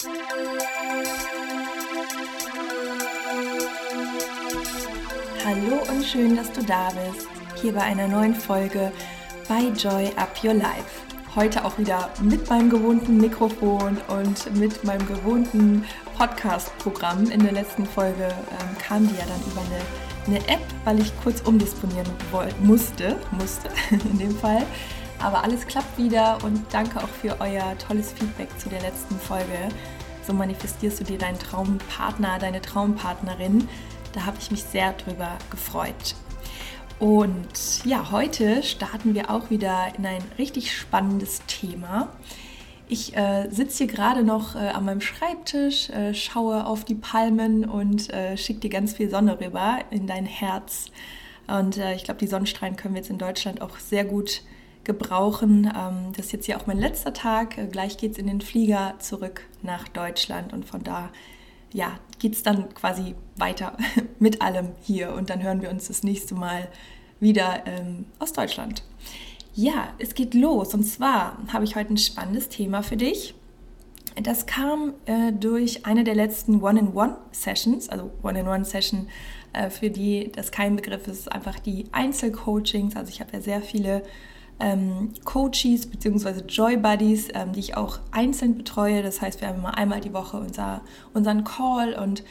Hallo und schön, dass du da bist, hier bei einer neuen Folge bei Joy Up Your Life. Heute auch wieder mit meinem gewohnten Mikrofon und mit meinem gewohnten Podcast-Programm. In der letzten Folge kam die ja dann über eine App, weil ich kurz umdisponieren musste in dem Fall. Aber alles klappt wieder und danke auch für euer tolles Feedback zu der letzten Folge. So manifestierst du dir deinen Traumpartner, deine Traumpartnerin. Da habe ich mich sehr drüber gefreut. Und ja, heute starten wir auch wieder in ein richtig spannendes Thema. Ich sitze hier gerade noch an meinem Schreibtisch, schaue auf die Palmen und schicke dir ganz viel Sonne rüber in dein Herz. Und ich glaube, die Sonnenstrahlen können wir jetzt in Deutschland auch sehr gut gebrauchen. Das ist jetzt hier auch mein letzter Tag. Gleich geht es in den Flieger zurück nach Deutschland und von da geht es dann quasi weiter mit allem hier und dann hören wir uns das nächste Mal wieder aus Deutschland. Ja, es geht los und zwar habe ich heute ein spannendes Thema für dich. Das kam durch eine der letzten One-in-One-Sessions, also One-in-One-Session, für die das kein Begriff ist, einfach die Einzelcoachings. Also ich habe ja sehr viele Coaches bzw. Joy Buddies, die ich auch einzeln betreue. Das heißt, wir haben immer einmal die Woche unseren Call und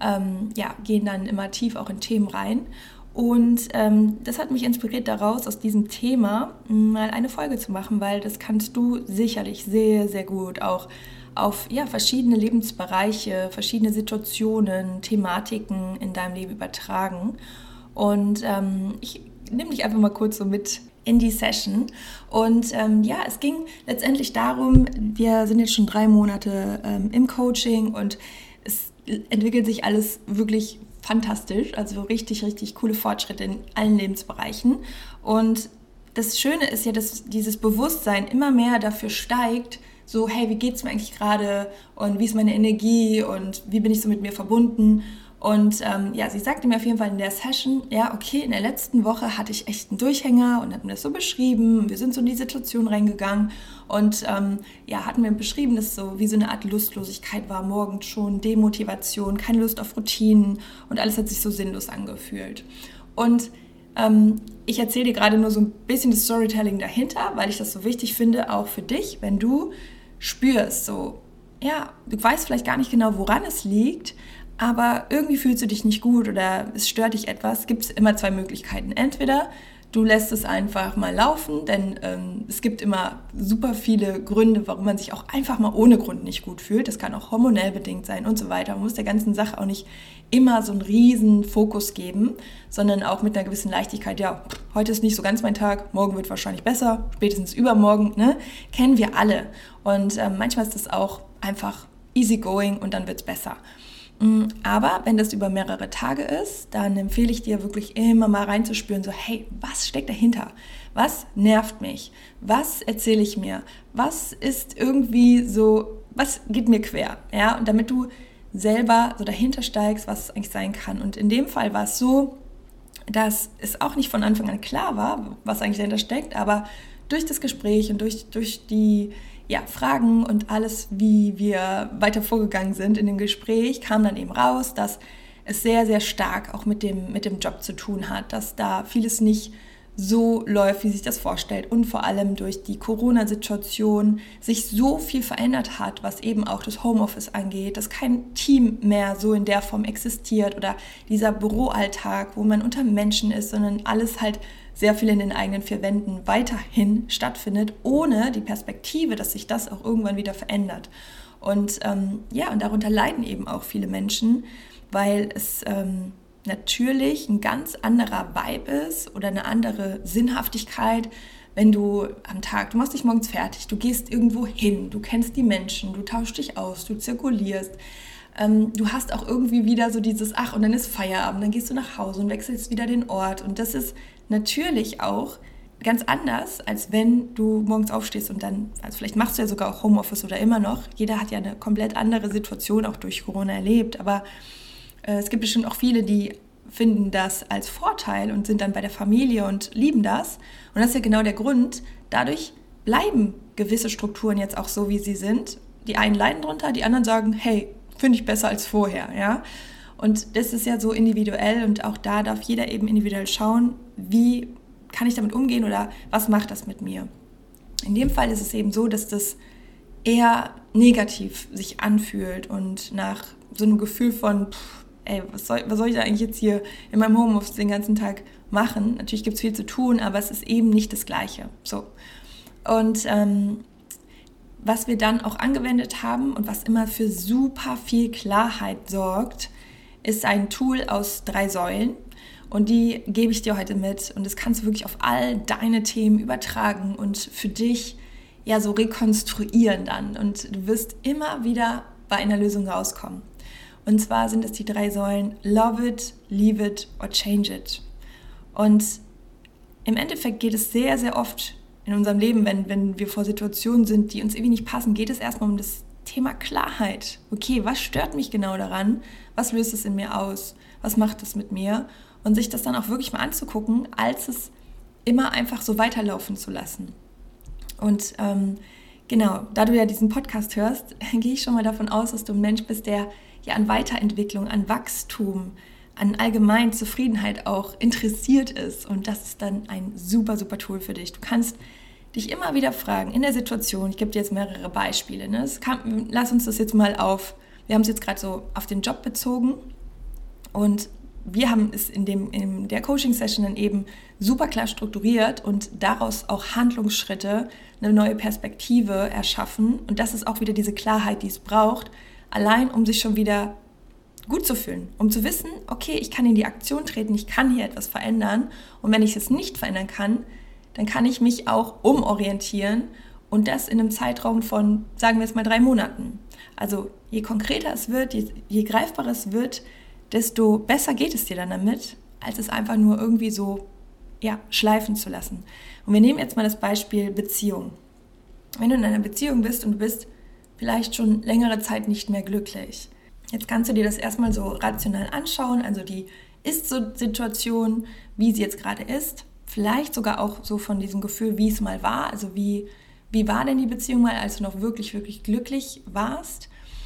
gehen dann immer tief auch in Themen rein. Und das hat mich inspiriert daraus, aus diesem Thema mal eine Folge zu machen, weil das kannst du sicherlich sehr, sehr gut auch auf verschiedene Lebensbereiche, verschiedene Situationen, Thematiken in deinem Leben übertragen. Und ich nehme dich einfach mal kurz so mit in die Session. Und es ging letztendlich darum, wir sind jetzt schon 3 Monate im Coaching und es entwickelt sich alles wirklich fantastisch, also richtig, richtig coole Fortschritte in allen Lebensbereichen. Und das Schöne ist ja, dass dieses Bewusstsein immer mehr dafür steigt, so, hey, wie geht's mir eigentlich gerade und wie ist meine Energie und wie bin ich so mit mir verbunden? Und sie sagte mir auf jeden Fall in der Session, in der letzten Woche hatte ich echt einen Durchhänger und hat mir das so beschrieben. Wir sind so in die Situation reingegangen und hatten mir beschrieben, dass so wie so eine Art Lustlosigkeit war, morgens schon, Demotivation, keine Lust auf Routinen und alles hat sich so sinnlos angefühlt. Und ich erzähle dir gerade nur so ein bisschen das Storytelling dahinter, weil ich das so wichtig finde, auch für dich, wenn du spürst, du weißt vielleicht gar nicht genau, woran es liegt, aber irgendwie fühlst du dich nicht gut oder es stört dich etwas, gibt es immer 2 Möglichkeiten. Entweder du lässt es einfach mal laufen, denn es gibt immer super viele Gründe, warum man sich auch einfach mal ohne Grund nicht gut fühlt. Das kann auch hormonell bedingt sein und so weiter. Man muss der ganzen Sache auch nicht immer so einen riesen Fokus geben, sondern auch mit einer gewissen Leichtigkeit. Ja, heute ist nicht so ganz mein Tag, morgen wird wahrscheinlich besser, spätestens übermorgen, ne? Kennen wir alle. Und manchmal ist das auch einfach easy going und dann wird es besser. Aber wenn das über mehrere Tage ist, dann empfehle ich dir wirklich immer mal reinzuspüren, so hey, was steckt dahinter? Was nervt mich? Was erzähle ich mir? Was ist irgendwie so, was geht mir quer? Ja, und damit du selber so dahinter steigst, was es eigentlich sein kann. Und in dem Fall war es so, dass es auch nicht von Anfang an klar war, was eigentlich dahinter steckt, aber durch das Gespräch und durch die Fragen und alles, wie wir weiter vorgegangen sind in dem Gespräch, kam dann eben raus, dass es sehr, sehr stark auch mit dem Job zu tun hat, dass da vieles nicht so läuft, wie sich das vorstellt und vor allem durch die Corona-Situation sich so viel verändert hat, was eben auch das Homeoffice angeht, dass kein Team mehr so in der Form existiert oder dieser Büroalltag, wo man unter Menschen ist, sondern alles halt sehr viel in den eigenen 4 Wänden weiterhin stattfindet, ohne die Perspektive, dass sich das auch irgendwann wieder verändert. Und und darunter leiden eben auch viele Menschen, weil es natürlich ein ganz anderer Vibe ist oder eine andere Sinnhaftigkeit, wenn du am Tag, du machst dich morgens fertig, du gehst irgendwo hin, du kennst die Menschen, du tauschst dich aus, du zirkulierst, du hast auch irgendwie wieder so dieses, und dann ist Feierabend, dann gehst du nach Hause und wechselst wieder den Ort und das ist natürlich auch ganz anders, als wenn du morgens aufstehst und dann, also vielleicht machst du ja sogar auch Homeoffice oder immer noch, jeder hat ja eine komplett andere Situation auch durch Corona erlebt, aber es gibt bestimmt auch viele, die finden das als Vorteil und sind dann bei der Familie und lieben das. Und das ist ja genau der Grund. Dadurch bleiben gewisse Strukturen jetzt auch so, wie sie sind. die einen leiden drunter, die anderen sagen, hey, finde ich besser als vorher, ja. Und das ist ja so individuell und auch da darf jeder eben individuell schauen, wie kann ich damit umgehen oder was macht das mit mir. In dem Fall ist es eben so, dass das eher negativ sich anfühlt und nach so einem Gefühl von, was soll ich da eigentlich jetzt hier in meinem Homeoffice den ganzen Tag machen? Natürlich gibt es viel zu tun, aber es ist eben nicht das Gleiche. So. Und was wir dann auch angewendet haben und was immer für super viel Klarheit sorgt, ist ein Tool aus 3 Säulen. Und die gebe ich dir heute mit. Und das kannst du wirklich auf all deine Themen übertragen und für dich ja so rekonstruieren dann. Und du wirst immer wieder bei einer Lösung rauskommen. Und zwar sind es die 3 Säulen Love it, Leave it or Change it. Und im Endeffekt geht es sehr, sehr oft in unserem Leben, wenn wir vor Situationen sind, die uns irgendwie nicht passen, geht es erstmal um das Thema Klarheit. Okay, was stört mich genau daran? Was löst es in mir aus? Was macht es mit mir? Und sich das dann auch wirklich mal anzugucken, als es immer einfach so weiterlaufen zu lassen. Und genau, da du ja diesen Podcast hörst, gehe ich schon mal davon aus, dass du ein Mensch bist, der ja an Weiterentwicklung, an Wachstum, an allgemeinen Zufriedenheit auch interessiert ist. Und das ist dann ein super, super Tool für dich. Du kannst dich immer wieder fragen, in der Situation, ich gebe dir jetzt mehrere Beispiele, ne? Lass uns das jetzt mal wir haben es jetzt gerade so auf den Job bezogen und wir haben es in der Coaching-Session dann eben super klar strukturiert und daraus auch Handlungsschritte, eine neue Perspektive erschaffen. Und das ist auch wieder diese Klarheit, die es braucht, allein um sich schon wieder gut zu fühlen, um zu wissen, okay, ich kann in die Aktion treten, ich kann hier etwas verändern und wenn ich es nicht verändern kann, dann kann ich mich auch umorientieren und das in einem Zeitraum von, sagen wir jetzt mal 3 Monaten. Also je konkreter es wird, je greifbarer es wird, desto besser geht es dir dann damit, als es einfach nur irgendwie so schleifen zu lassen. Und wir nehmen jetzt mal das Beispiel Beziehung. Wenn du in einer Beziehung bist und du bist vielleicht schon längere Zeit nicht mehr glücklich, jetzt kannst du dir das erstmal so rational anschauen, also die Ist-Situation, wie sie jetzt gerade ist, vielleicht sogar auch so von diesem Gefühl, wie es mal war, also wie war denn die Beziehung mal, als du noch wirklich, wirklich glücklich warst.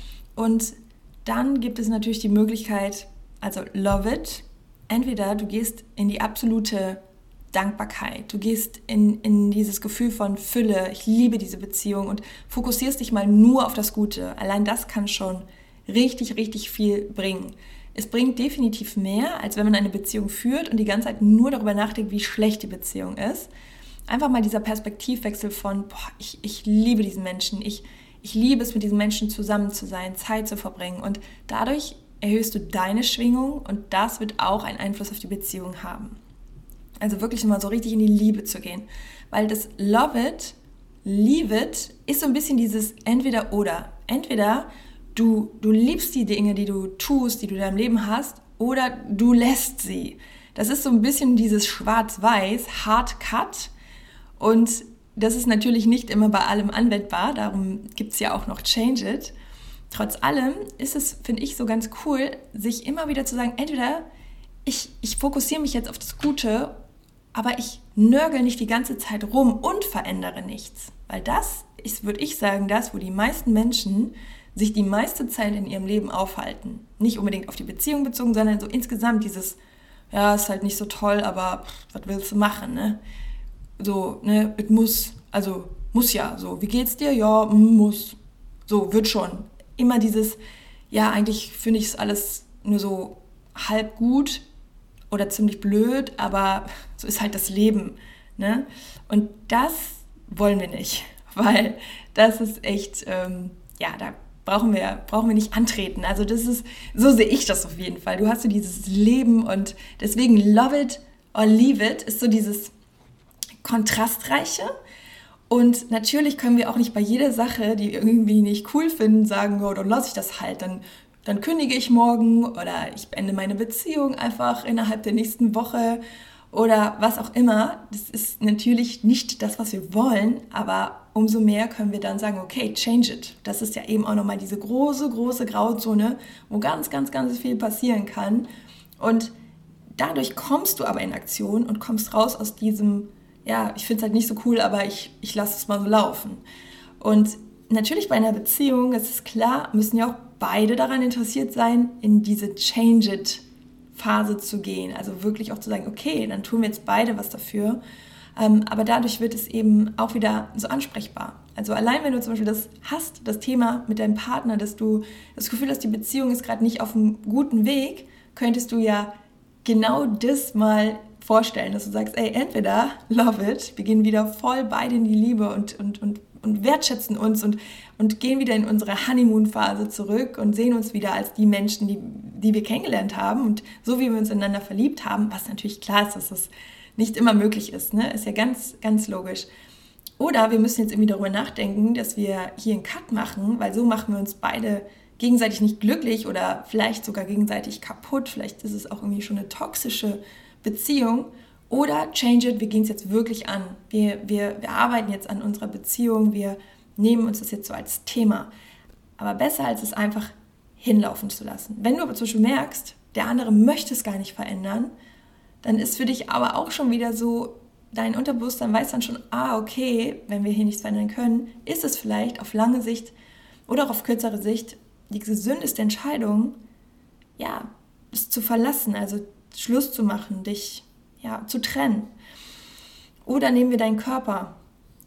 Und dann gibt es natürlich die Möglichkeit, also love it, entweder du gehst in die absolute Dankbarkeit, du gehst in dieses Gefühl von Fülle, ich liebe diese Beziehung und fokussierst dich mal nur auf das Gute. Allein das kann schon richtig, richtig viel bringen. Es bringt definitiv mehr, als wenn man eine Beziehung führt und die ganze Zeit nur darüber nachdenkt, wie schlecht die Beziehung ist. Einfach mal dieser Perspektivwechsel von, ich liebe diesen Menschen, ich liebe es, mit diesen Menschen zusammen zu sein, Zeit zu verbringen und dadurch erhöhst du deine Schwingung und das wird auch einen Einfluss auf die Beziehung haben. Also wirklich mal so richtig in die Liebe zu gehen, weil das Love it, Leave it ist so ein bisschen dieses Entweder-Oder. Entweder du liebst die Dinge, die du tust, die du in deinem Leben hast, oder du lässt sie. Das ist so ein bisschen dieses Schwarz-Weiß, Hard Cut. Und das ist natürlich nicht immer bei allem anwendbar, darum gibt es ja auch noch Change It. Trotz allem ist es, finde ich, so ganz cool, sich immer wieder zu sagen, entweder ich fokussiere mich jetzt auf das Gute, aber ich nörgel nicht die ganze Zeit rum und verändere nichts. Weil das ist, würde ich sagen, das, wo die meisten Menschen sich die meiste Zeit in ihrem Leben aufhalten. Nicht unbedingt auf die Beziehung bezogen, sondern so insgesamt dieses, ja, ist halt nicht so toll, aber was willst du machen, ne? So, ne, es muss ja, so, wie geht's dir? Ja, muss. So, wird schon. Immer dieses, ja, eigentlich finde ich es alles nur so halb gut oder ziemlich blöd, aber so ist halt das Leben, ne? Und das wollen wir nicht, weil das ist echt, da brauchen wir nicht antreten. Also das ist, so sehe ich das auf jeden Fall. Du hast so dieses Leben und deswegen love it or leave it ist so dieses Kontrastreiche. Und natürlich können wir auch nicht bei jeder Sache, die wir irgendwie nicht cool finden, sagen, oh, dann lasse ich das halt, dann kündige ich morgen oder ich beende meine Beziehung einfach innerhalb der nächsten Woche oder was auch immer. Das ist natürlich nicht das, was wir wollen, aber umso mehr können wir dann sagen, okay, change it. Das ist ja eben auch nochmal diese große, große Grauzone, wo ganz, ganz, ganz viel passieren kann. Und dadurch kommst du aber in Aktion und kommst raus aus diesem, ja, ich finde es halt nicht so cool, aber ich lasse es mal so laufen. Und natürlich bei einer Beziehung, es ist klar, müssen ja auch beide daran interessiert sein, in diese Change-It-Phase zu gehen. Also wirklich auch zu sagen, okay, dann tun wir jetzt beide was dafür. Aber dadurch wird es eben auch wieder so ansprechbar. Also allein wenn du zum Beispiel das hast, das Thema mit deinem Partner, dass du das Gefühl hast, die Beziehung ist gerade nicht auf einem guten Weg, könntest du ja genau das mal vorstellen, dass du sagst, ey, entweder love it, wir gehen wieder voll beide in die Liebe und wertschätzen uns und gehen wieder in unsere Honeymoon-Phase zurück und sehen uns wieder als die Menschen, die wir kennengelernt haben und so wie wir uns ineinander verliebt haben, was natürlich klar ist, dass das nicht immer möglich ist, ne? Ist ja ganz, ganz logisch. Oder wir müssen jetzt irgendwie darüber nachdenken, dass wir hier einen Cut machen, weil so machen wir uns beide gegenseitig nicht glücklich oder vielleicht sogar gegenseitig kaputt. Vielleicht ist es auch irgendwie schon eine toxische Beziehung. Oder change it, wir gehen es jetzt wirklich an. Wir arbeiten jetzt an unserer Beziehung, wir nehmen uns das jetzt so als Thema. Aber besser, als es einfach hinlaufen zu lassen. Wenn du aber zum Beispiel merkst, der andere möchte es gar nicht verändern, dann ist für dich aber auch schon wieder so, dein Unterbewusstsein weiß dann schon, okay, wenn wir hier nichts verändern können, ist es vielleicht auf lange Sicht oder auch auf kürzere Sicht die gesündeste Entscheidung, ja, es zu verlassen, also Schluss zu machen, dich zu trennen. Oder nehmen wir deinen Körper.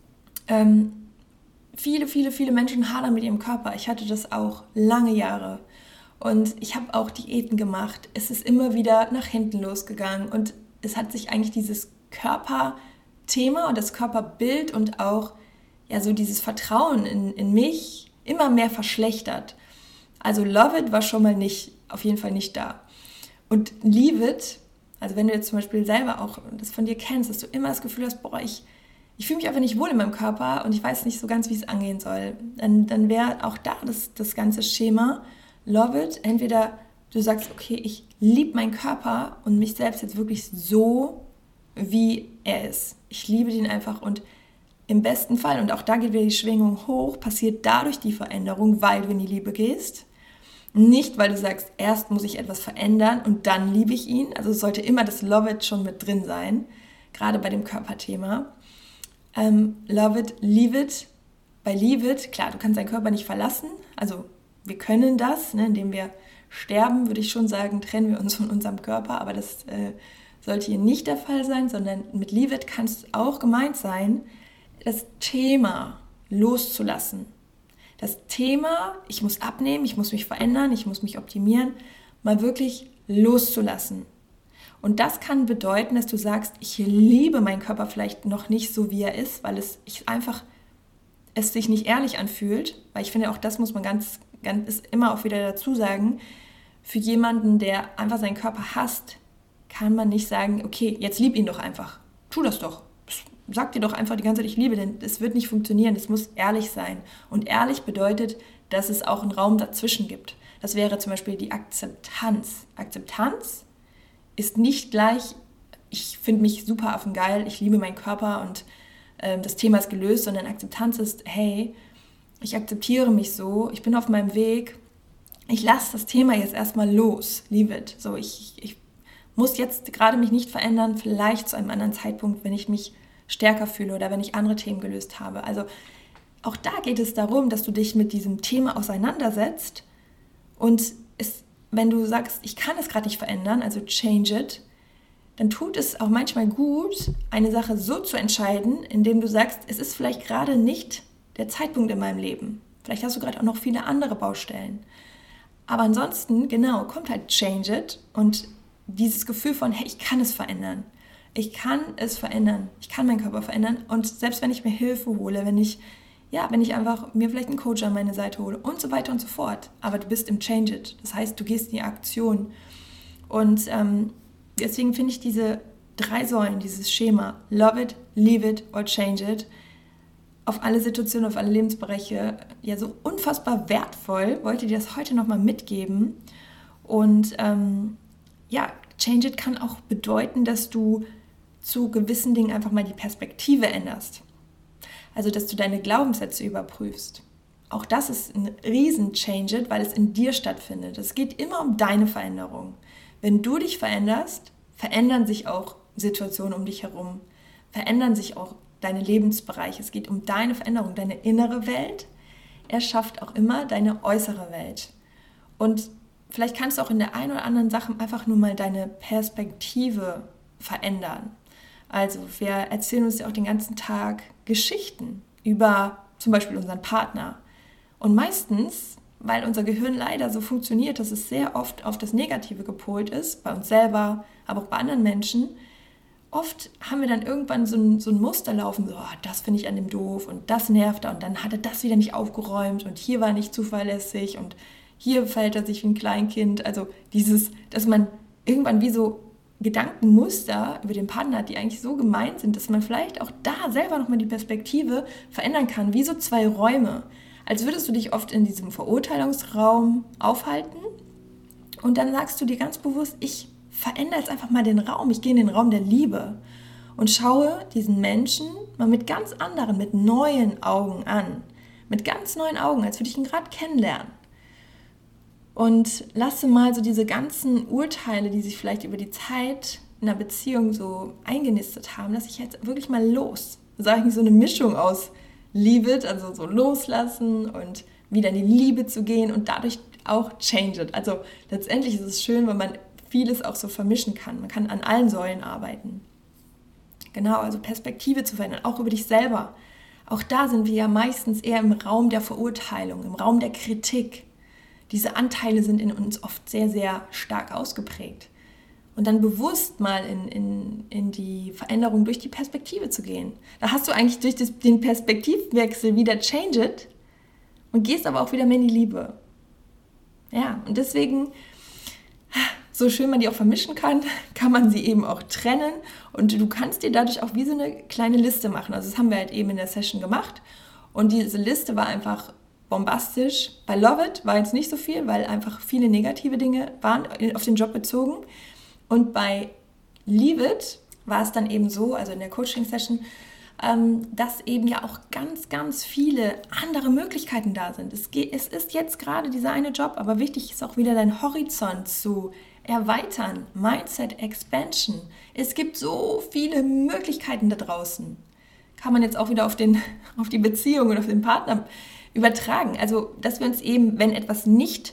Viele Menschen hadern mit ihrem Körper. Ich hatte das auch lange Jahre. Und ich habe auch Diäten gemacht. Es ist immer wieder nach hinten losgegangen. Und es hat sich eigentlich dieses Körperthema und das Körperbild und auch so dieses Vertrauen in mich immer mehr verschlechtert. Also Love It war schon mal auf jeden Fall nicht da. Und Leave It, also wenn du jetzt zum Beispiel selber auch das von dir kennst, dass du immer das Gefühl hast, ich fühle mich einfach nicht wohl in meinem Körper und ich weiß nicht so ganz, wie es angehen soll, dann wäre auch da das ganze Schema Love It. Entweder du sagst, okay, ich liebe meinen Körper und mich selbst jetzt wirklich so, wie er ist. Ich liebe den einfach und im besten Fall, und auch da geht wieder die Schwingung hoch, passiert dadurch die Veränderung, weil du in die Liebe gehst. Nicht, weil du sagst, erst muss ich etwas verändern und dann liebe ich ihn. Also es sollte immer das Love It schon mit drin sein, gerade bei dem Körperthema. Love It, Leave It. Bei Leave It, klar, du kannst deinen Körper nicht verlassen. Also wir können das, indem wir sterben, würde ich schon sagen, trennen wir uns von unserem Körper. Aber das sollte hier nicht der Fall sein, sondern mit Leave It kann es auch gemeint sein, das Thema loszulassen. Das Thema, ich muss abnehmen, ich muss mich verändern, ich muss mich optimieren, mal wirklich loszulassen. Und das kann bedeuten, dass du sagst, ich liebe meinen Körper vielleicht noch nicht so, wie er ist, weil es sich nicht ehrlich anfühlt. Weil ich finde, auch das muss man ganz ist immer auch wieder dazu sagen, für jemanden, der einfach seinen Körper hasst, kann man nicht sagen, okay, jetzt lieb ihn doch einfach. Tu das doch. Sag dir doch einfach die ganze Zeit, ich liebe den. Es wird nicht funktionieren, es muss ehrlich sein. Und ehrlich bedeutet, dass es auch einen Raum dazwischen gibt. Das wäre zum Beispiel die Akzeptanz. Akzeptanz ist nicht gleich, ich finde mich super affengeil, ich liebe meinen Körper und das Thema ist gelöst, sondern Akzeptanz ist, hey, ich akzeptiere mich so, ich bin auf meinem Weg, ich lasse das Thema jetzt erstmal los, leave it. So, ich muss jetzt gerade mich nicht verändern, vielleicht zu einem anderen Zeitpunkt, wenn ich mich stärker fühle oder wenn ich andere Themen gelöst habe. Also auch da geht es darum, dass du dich mit diesem Thema auseinandersetzt und wenn du sagst, ich kann es gerade nicht verändern, also change it, dann tut es auch manchmal gut, eine Sache so zu entscheiden, indem du sagst, es ist vielleicht gerade nicht der Zeitpunkt in meinem Leben. Vielleicht hast du gerade auch noch viele andere Baustellen. Aber ansonsten, genau, kommt halt change it und dieses Gefühl von, hey, ich kann es verändern. Ich kann es verändern. Ich kann meinen Körper verändern. Und selbst wenn ich mir Hilfe hole, wenn ich einfach mir vielleicht einen Coach an meine Seite hole und so weiter und so fort. Aber du bist im Change It. Das heißt, du gehst in die Aktion. Und deswegen finde ich diese 3 Säulen, dieses Schema, love it, leave it or change it, auf alle Situationen, auf alle Lebensbereiche, ja so unfassbar wertvoll. Wollte dir das heute nochmal mitgeben. Und change it kann auch bedeuten, dass du zu gewissen Dingen einfach mal die Perspektive änderst. Also, dass du deine Glaubenssätze überprüfst. Auch das ist ein riesen Change it, weil es in dir stattfindet. Es geht immer um deine Veränderung. Wenn du dich veränderst, verändern sich auch Situationen um dich herum, verändern sich auch deine Lebensbereiche. Es geht um deine Veränderung, deine innere Welt er schafft auch immer deine äußere Welt. Und vielleicht kannst du auch in der einen oder anderen Sache einfach nur mal deine Perspektive verändern. Also wir erzählen uns ja auch den ganzen Tag Geschichten über zum Beispiel unseren Partner. Und meistens, weil unser Gehirn leider so funktioniert, dass es sehr oft auf das Negative gepolt ist, bei uns selber, aber auch bei anderen Menschen, oft haben wir dann irgendwann so ein Muster laufen, so, das finde ich an dem doof und das nervt er und dann hat er das wieder nicht aufgeräumt und hier war er nicht zuverlässig und hier verhält er sich wie ein Kleinkind. Also dieses, dass man irgendwann wie so Gedankenmuster über den Partner hat, die eigentlich so gemeint sind, dass man vielleicht auch da selber nochmal die Perspektive verändern kann, wie so zwei Räume. Als würdest du dich oft in diesem Verurteilungsraum aufhalten und dann sagst du dir ganz bewusst, ich verändere jetzt einfach mal den Raum, ich gehe in den Raum der Liebe und schaue diesen Menschen mal mit ganz anderen, mit neuen Augen an. Mit ganz neuen Augen, als würde ich ihn gerade kennenlernen. Und lasse mal so diese ganzen Urteile, die sich vielleicht über die Zeit in einer Beziehung so eingenistet haben, lasse ich jetzt wirklich mal los. Das ist eigentlich so eine Mischung aus Leave it, also so loslassen und wieder in die Liebe zu gehen und dadurch auch change it. Also letztendlich ist es schön, wenn man vieles auch so vermischen kann. Man kann an allen Säulen arbeiten. Genau, also Perspektive zu verändern, auch über dich selber. Auch da sind wir ja meistens eher im Raum der Verurteilung, im Raum der Kritik. Diese Anteile sind in uns oft sehr, sehr stark ausgeprägt. Und dann bewusst mal in die Veränderung durch die Perspektive zu gehen. Da hast du eigentlich durch den Perspektivwechsel wieder change it und gehst aber auch wieder mehr in die Liebe. Ja, und deswegen, so schön man die auch vermischen kann man sie eben auch trennen und du kannst dir dadurch auch wie so eine kleine Liste machen. Also das haben wir halt eben in der Session gemacht und diese Liste war einfach bombastisch. Bei Love It war jetzt nicht so viel, weil einfach viele negative Dinge waren auf den Job bezogen und bei Leave It war es dann eben so, also in der Coaching-Session, dass eben ja auch ganz, ganz viele andere Möglichkeiten da sind. Es ist jetzt gerade dieser eine Job, aber wichtig ist auch wieder dein Horizont zu erweitern. Mindset Expansion. Es gibt so viele Möglichkeiten da draußen. Kann man jetzt auch wieder auf die Beziehung und auf den Partner übertragen. Also, dass wir uns eben, wenn etwas nicht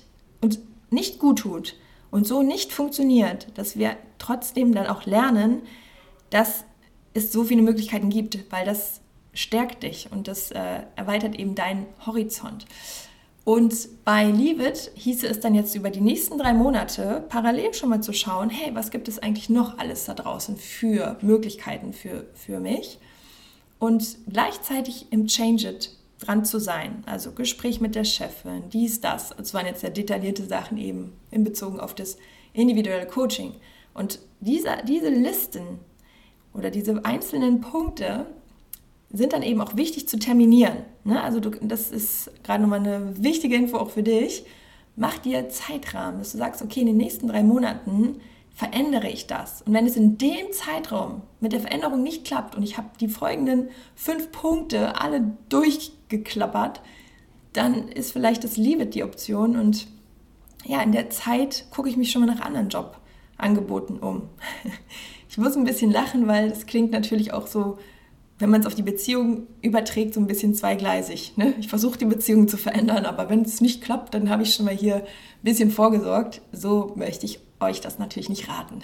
gut tut und so nicht funktioniert, dass wir trotzdem dann auch lernen, dass es so viele Möglichkeiten gibt, weil das stärkt dich und das erweitert eben deinen Horizont. Und bei Leave It hieße es dann jetzt über die nächsten 3 Monate parallel schon mal zu schauen, hey, was gibt es eigentlich noch alles da draußen für Möglichkeiten für mich? Und gleichzeitig im Change It dran zu sein, also Gespräch mit der Chefin, dies, das. Das waren jetzt sehr detaillierte Sachen eben in Bezug auf das individuelle Coaching. Und diese Listen oder diese einzelnen Punkte sind dann eben auch wichtig zu terminieren. Ne? Also das ist gerade nochmal eine wichtige Info auch für dich. Mach dir Zeitrahmen, dass du sagst, okay, in den nächsten 3 Monaten verändere ich das. Und wenn es in dem Zeitraum mit der Veränderung nicht klappt und ich habe die folgenden 5 Punkte alle durchgeklappert, dann ist vielleicht das Leave It die Option und ja, in der Zeit gucke ich mich schon mal nach anderen Jobangeboten um. Ich muss ein bisschen lachen, weil das klingt natürlich auch so, wenn man es auf die Beziehung überträgt, so ein bisschen zweigleisig. Ne? Ich versuche die Beziehung zu verändern, aber wenn es nicht klappt, dann habe ich schon mal hier ein bisschen vorgesorgt. So möchte ich euch das natürlich nicht raten.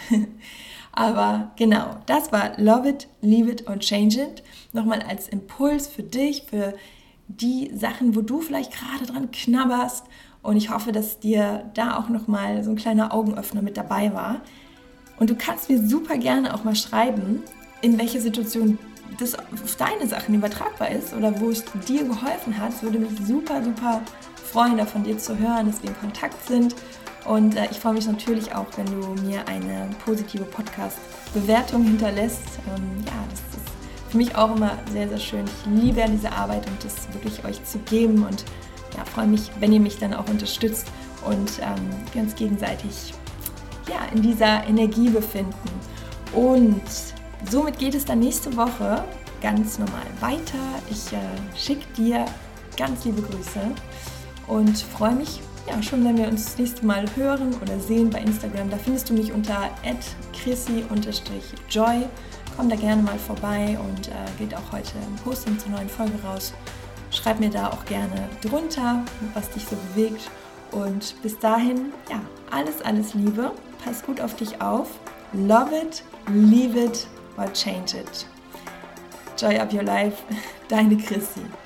Aber genau, das war Love It, Leave It und Change It. Nochmal als Impuls für dich, für die Sachen, wo du vielleicht gerade dran knabberst. Und ich hoffe, dass dir da auch nochmal so ein kleiner Augenöffner mit dabei war. Und du kannst mir super gerne auch mal schreiben, in welche Situation das auf deine Sachen übertragbar ist oder wo es dir geholfen hat. Es würde mich super, super freuen, da von dir zu hören, dass wir in Kontakt sind. Und ich freue mich natürlich auch, wenn du mir eine positive Podcast-Bewertung hinterlässt. Ja, das ist für mich auch immer sehr, sehr schön. Ich liebe ja diese Arbeit und das wirklich euch zu geben und ja, freue mich, wenn ihr mich dann auch unterstützt und wir uns gegenseitig in dieser Energie befinden. Und somit geht es dann nächste Woche ganz normal weiter. Ich schicke dir ganz liebe Grüße und freue mich schon, wenn wir uns das nächste Mal hören oder sehen bei Instagram. Da findest du mich unter @chrissy_joy. Komm da gerne mal vorbei und geht auch heute ein Posting zur neuen Folge raus. schreib mir da auch gerne drunter, was dich so bewegt. Und bis dahin, ja, alles Liebe. Pass gut auf dich auf. Love it, leave it or change it. Joy up your life, deine Chrissy.